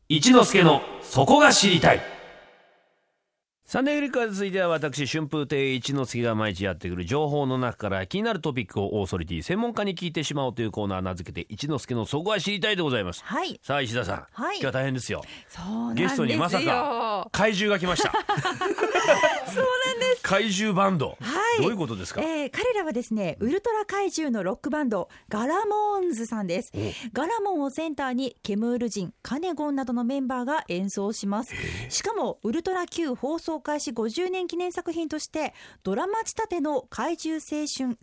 一之輔のそこが知りたい。サンデーフリックに続いては私春風亭一之輔が毎日やってくる情報の中から気になるトピックをオーソリティ専門家に聞いてしまおうというコーナー、名付けて一之輔のそこが知りたいでございます。 はい、 さあ石田さん、今日は大変ですよ。 そうなんですよ。 ゲストにまさか怪獣が来ましたそうなんです。 怪獣バンド、 はい、 どういうことですか？ 彼らはですね、ウルトラ怪獣のロックバンドガラモーンズさんです。ガラモンをセンターにケムール人、カネゴンなどのメンバーが演奏します。しかもウルトラ Q 放送開始50年記念作品としてドラマ仕立ての怪獣青春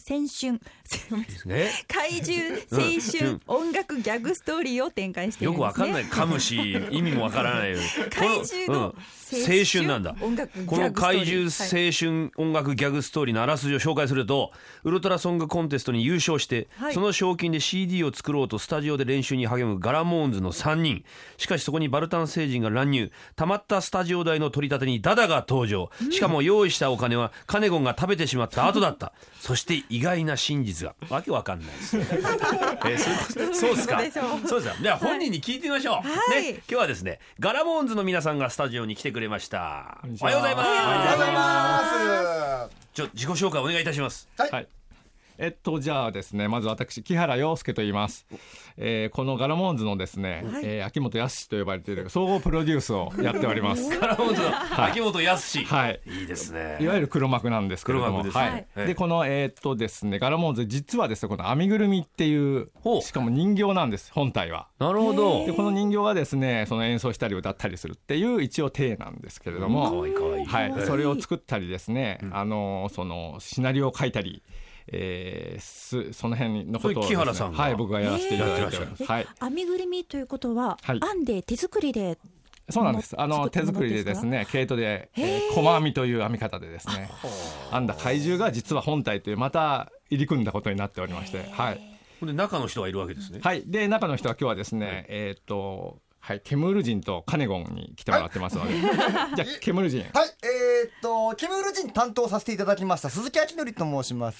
怪獣青春音楽ギャグストーリーを展開しているんですね。 よくわかんない噛むし意味もわからない怪獣の青春なんだ。この怪獣青春音楽ギャグストーリーのあらすじを紹介すると、ウルトラソングコンテストに優勝して、その賞金で CD を作ろうとスタジオで練習に励むガラモーンズの3人。しかしそこにバルタン星人が乱入。たまったスタジオ代の取り立てにダダが登場。しかも用意したお金はカネゴンが食べてしまった後だった。そして意外な真実がわけわかんないですねそうですか。そうですか。では本人に聞いてみましょう、今日はですね、ガラモーンズの皆さんがスタジオに来てくれました。おはようございます。 おはようございます。 自己紹介お願いいたします。 はい、じゃあですね、まず私木原陽介と言います。このガラモーンズのですね、秋元康と呼ばれている総合プロデュースをやっておりますガラモーンズの秋元康、いいですね。 いわゆる黒幕なんですけれども、でこのですね、ガラモーンズ実はですね、この編みぐるみっていうしかも人形なんです、本体は。 なるほど。 でこの人形がですね、その演奏したり歌ったりするっていう一応体なんですけれども、 かわいいかわいい、 それを作ったりですね、そのシナリオを書いたり、その辺のことを、 木原さんが、 僕がやらせていただいております。 編みぐるみということは、編んで手作りで。 そうなんです。手作りでですね、毛糸で、細編みという編み方でですね、編んだ怪獣が実は本体というまた入り組んだことになっておりまして、 で中の人がいるわけですね。 で中の人は今日はですね、ケムール人とカネゴンに来てもらってますので、じゃあケムール人、 ケムール人担当させていただきました鈴木明則と申します。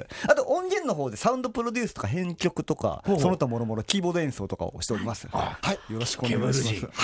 あと音源の方でサウンドプロデュースとか編曲とかその他もろもろキーボード演奏とかをしております。よろしくお願いします。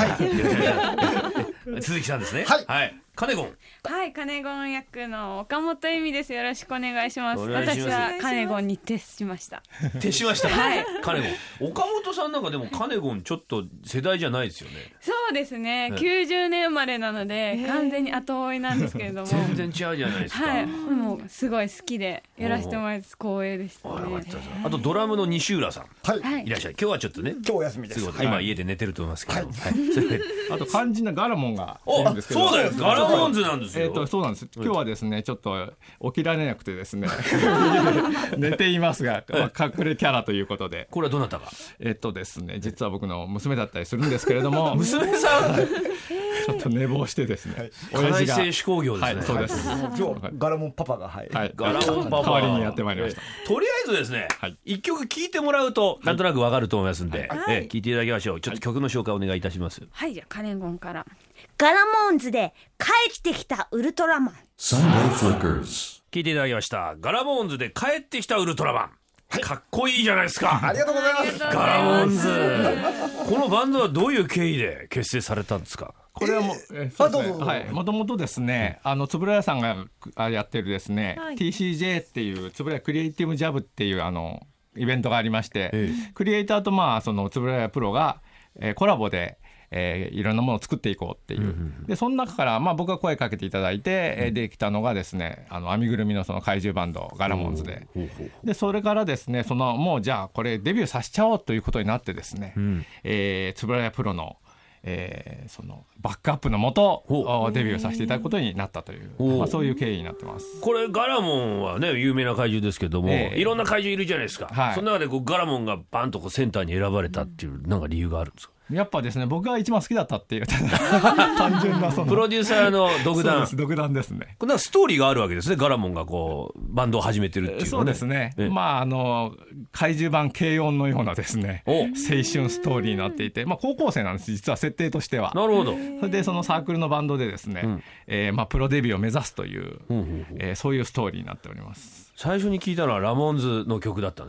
鈴木さんですね。カネゴン。 カネゴン役の岡本恵美です。よろしくお願いします。私はカネゴンに徹しました。 徹しました。カネゴン。岡本さんなんかでもカネゴンちょっと世代じゃないですよね。 そうですね。90年生まれなので完全に後追いなんですけれども。 全然違うじゃないですか。 もうすごい好きでやらせてもらいます。光栄でしたね。 あとドラムの西浦さん、いらっしゃい。今日はちょっとね、 今日お休みです。 今家で寝てると思いますけど。 あと肝心なガラモンがいるんですけど。 そうだよ。ガラモンズなんですよ。 そうなんです。今日はですね、ちょっと起きられなくてですね寝ていますが、隠れキャラということで。 これはどなたが？ ですね、実は僕の娘だったりするんですけれども娘さんちょっと寝坊してですね、 親父が内製手工業ですね。 そうです。 今日ガラモンパパがガラモンパパ代わりにやってまいりました。 とりあえずですね、一曲聴いてもらうとなんとなくわかると思いますんで、聴いていただきましょう。ちょっと曲の紹介お願いいたします。 じゃあカネゴンから。 ガラモーンズで帰ってきたウルトラマン。 聴いていただきました。ガラモーンズで帰ってきたウルトラマン。かっこいいじゃないですか。 ありがとうございます。 ガラモーンズ。このバンドはどういう経緯で結成されたんですか？ これはもともとですね、円谷さんがやってるですね、TCJ っていう円谷クリエイティブジャブっていうイベントがありまして、クリエイターとその円谷プロがコラボでいろんなものを作っていこうっていう、でその中から僕が声かけていただいて、できたのがですね、編みぐるみのその怪獣バンドガラモンズで、それからですね、もうじゃあこれデビューさせちゃおうということになってですね、円谷プロのそのバックアップのもとデビューさせていただくことになったという、そういう経緯になってます。 これガラモンはね有名な怪獣ですけども、いろんな怪獣いるじゃないですか。その中でガラモンがバンとセンターに選ばれたっていうなんか理由があるんですか？ やっぱですね、僕が一番好きだったっていう単純なプロデューサーの独断。 独断ですね。 これはストーリーがあるわけですね。ガラモンがこうバンドを始めてるっていうのはね。 そうですね。怪獣版軽音のようなですね、青春ストーリーになっていて、高校生なんです実は設定としては。 なるほど。 それでそのサークルのバンドでですね、プロデビューを目指すという、そういうストーリーになっております。 最初に聞いたのはラモンズの曲だったんですね。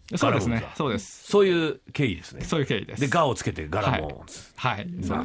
そうですね、そうです。 そういう経緯ですね。 そういう経緯です。 でガをつけてガラモンズ、 はい、そうです。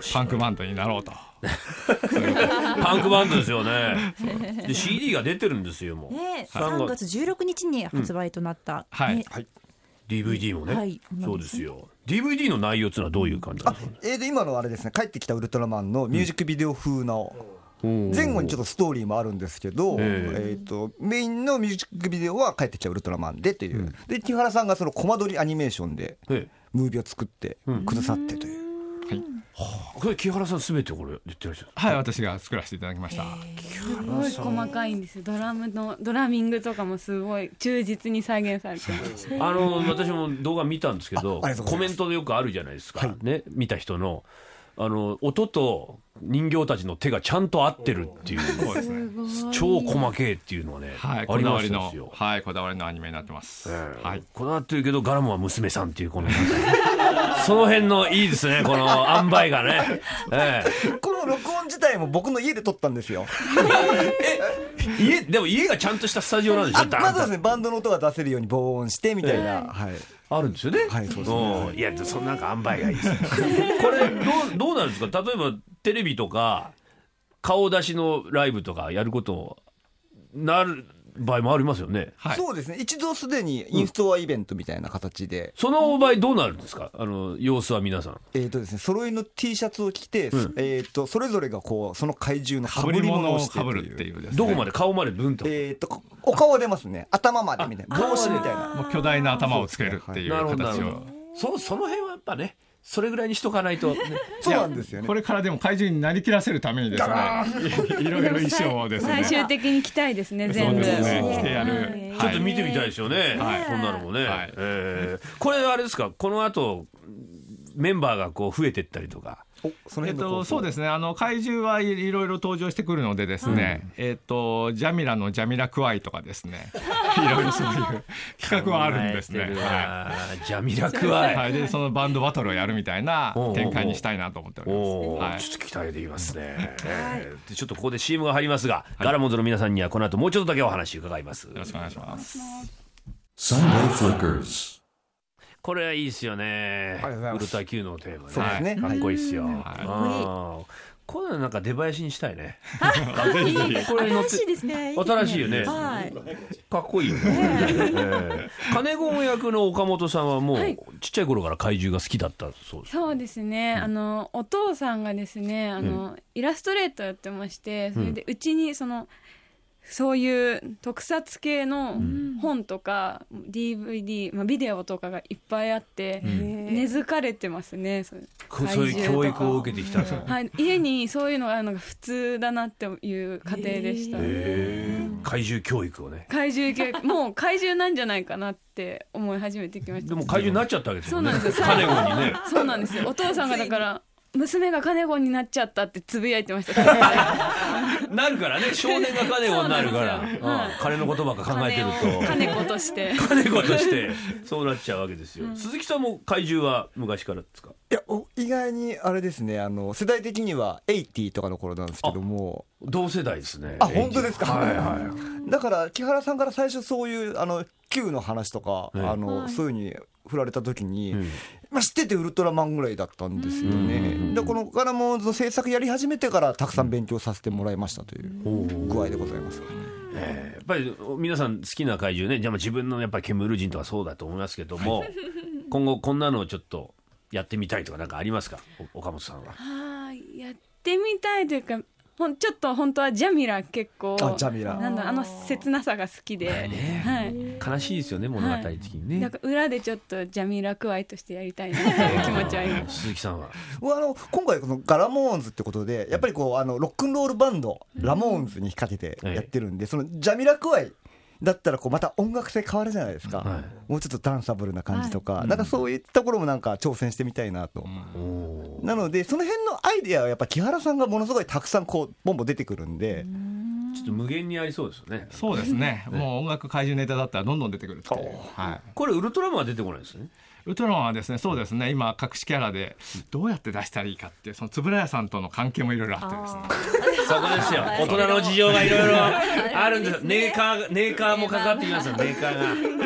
パンクバンドになろうと。 パンクバンドですよね。で CD が出てるんですよもう、 3月16日に発売となった、 はい、 DVD もね、そうですよ。 DVD の内容っていうのはどういう感じなんですか？ 今のあれですね、帰ってきたウルトラマンのミュージックビデオ風の、前後にちょっとストーリーもあるんですけど、メインのミュージックビデオは帰ってきたウルトラマンでという、で木原さんがそのコマ撮りアニメーションでムービーを作ってくださってという、 これ木原さんすべてこれ言ってらっしゃる？ はい、私が作らせていただきました。 すごい細かいんですよ。ドラムのドラミングとかもすごい忠実に再現されてます。 私も動画見たんですけど、コメントでよくあるじゃないですか、ね、見た人の音と人形たちの手がちゃんと合ってるっていう、超細けいっていうのはね、 はい、 ありましたよ。 はい、こだわりのアニメになってます。はい、 こだわってるけどガラモンは娘さんっていうこのその辺のいいですね、この塩梅がね。 この録音自体も僕の家で撮ったんですよ。 でも家がちゃんとしたスタジオなんでしょ？ まずですね、バンドの音が出せるように防音してみたいな、 あるんですよね。 はい、そうですね。 いや、そのなんか塩梅がいいですね。これどうなんですか？例えばテレビとか顔出しのライブとかやることなる場合もありますよね。 そうですね、一度すでにインストアイベントみたいな形で、 その場合どうなるんですか？様子は皆さんですね、揃いの T シャツを着て、それぞれがこうその怪獣の被り物をしてという、 どこまで顔までブンと、 お顔は出ますね、頭までみたいな、帽子みたいな、 もう巨大な頭をつけるっていう形を、 その辺はやっぱね、それぐらいにしとかないと、ね、 そうなんですよね。 これからでも怪獣になりきらせるためにですね、いろいろ衣装をですね、 最終的に着たいですね、全部。 そうですね、着てやる。 ちょっと見てみたいですよね、こんなのもね。これあれですか、この後メンバーがこう増えていったりとか。 そうですね、怪獣はいろいろ登場してくるのでですね、ジャミラのジャミラクワイとかですね、いろいろそういう企画はあるんですね。 ジャミラクワイ、 でそのバンドバトルをやるみたいな展開にしたいなと思っております。 ちょっと期待できますね。でちょっとここで CM が入りますが、ガラモンズの皆さんにはこの後もうちょっとだけお話伺います。よろしくお願いします。 Sunday Flickers。 これはいいですよね。ウルトラ Q のテーマね。 そうですね。 かっこいいですよ。こういうのなんか出囃子にしたいね。 これ新しいですね。 新しいよね。かっこいいよね。金子役の岡本さんはもうちっちゃい頃から怪獣が好きだったそうです。 そうですね。お父さんがですね、イラストレーターやってまして、それでうちにそういう特撮系の本とか DVD、ビデオとかがいっぱいあって根付かれてますね。 そういう教育を受けてきたんですか？ 家にそういうのがあるのが普通だなっていう家庭でした。 怪獣教育をね。 怪獣教育、もう怪獣なんじゃないかなって思い始めてきました。 でも怪獣になっちゃったわけですよね。 そうなんですよ。 カネゴンにね。 そうなんですよ。お父さんがだから娘がカネゴンになっちゃったってつぶやいてました。 なるからね、少年がカネゴンになるから、金のことばっか考えてるとカネゴとしてそうなっちゃうわけですよ。鈴木さんも怪獣は昔からですか？ いや、意外にあれですね、世代的には80とかの頃なんですけども、 同世代ですね。 本当ですか？だから木原さんから最初そういうQ の話とか、そういう風に振られた時に、知っててウルトラマンぐらいだったんですよね。でこのガラモンズの制作やり始めてからたくさん勉強させてもらいましたという具合でございます。 やっぱり皆さん好きな怪獣ね、じゃあ自分のやっぱりケムル人とかそうだと思いますけども、今後こんなのをちょっとやってみたいとかなんかありますか？岡本さんは。 やってみたいというか、ちょっと本当はジャミラ結構ジャミラ切なさが好きで、 悲しいですよね、物語的にね。 だから裏でちょっとジャミラクワイとしてやりたいなという気持ちはあります。 鈴木さんは今回このガラモーンズってことでやっぱりロックンロールバンドラモーンズに引っ掛けてやってるんで、そのジャミラクワイだったらまた音楽性変わるじゃないですか、もうちょっとダンサブルな感じとか、なんかそういったところもなんか挑戦してみたいなと、なのでその辺のアイデアはやっぱ木原さんがものすごいたくさんボンボン出てくるんで、 ちょっと無限にありそうですよね。 そうですね、もう音楽怪獣ネタだったらどんどん出てくるっていう、 これウルトラマンは出てこないですね。 ウルトラマンはですね、そうですね、今隠しキャラでどうやって出したらいいかっていう、その円谷さんとの関係もいろいろあってですね、 そこですよ、大人の事情がいろいろあるんです。メーカーもかかってきますよ、メーカーが。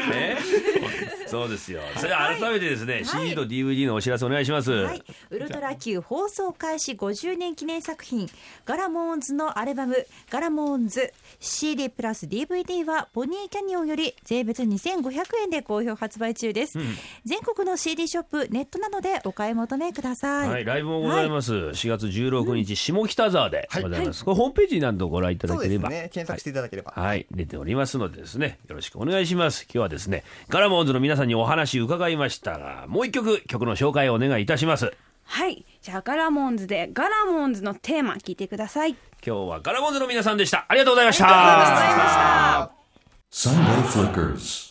そうですよ。それでは改めてですね、CD と DVD のお知らせお願いします。 はい、ウルトラ Q 放送開始50年記念作品ガラモーンズのアルバムガラモーンズ CD プラス DVD はポニーキャニオンより税別2500円で好評発売中です、全国の CD ショップネットなどでお買い求めください。 はい、ライブもございます、4月16日、下北沢でございます、これホームページなどご覧いただければ、 そうですね、検索していただければ、 はい、出ておりますのでですね、よろしくお願いします。今日はですね、ガラモーンズの皆さんにお話伺いましたが、もう一曲曲の紹介をお願いいたします。 はい、じゃあガラモーンズでガラモーンズのテーマ聞いてください。 今日はガラモーンズの皆さんでした。ありがとうございました。 ありがとうございました。 Sunday Flickers.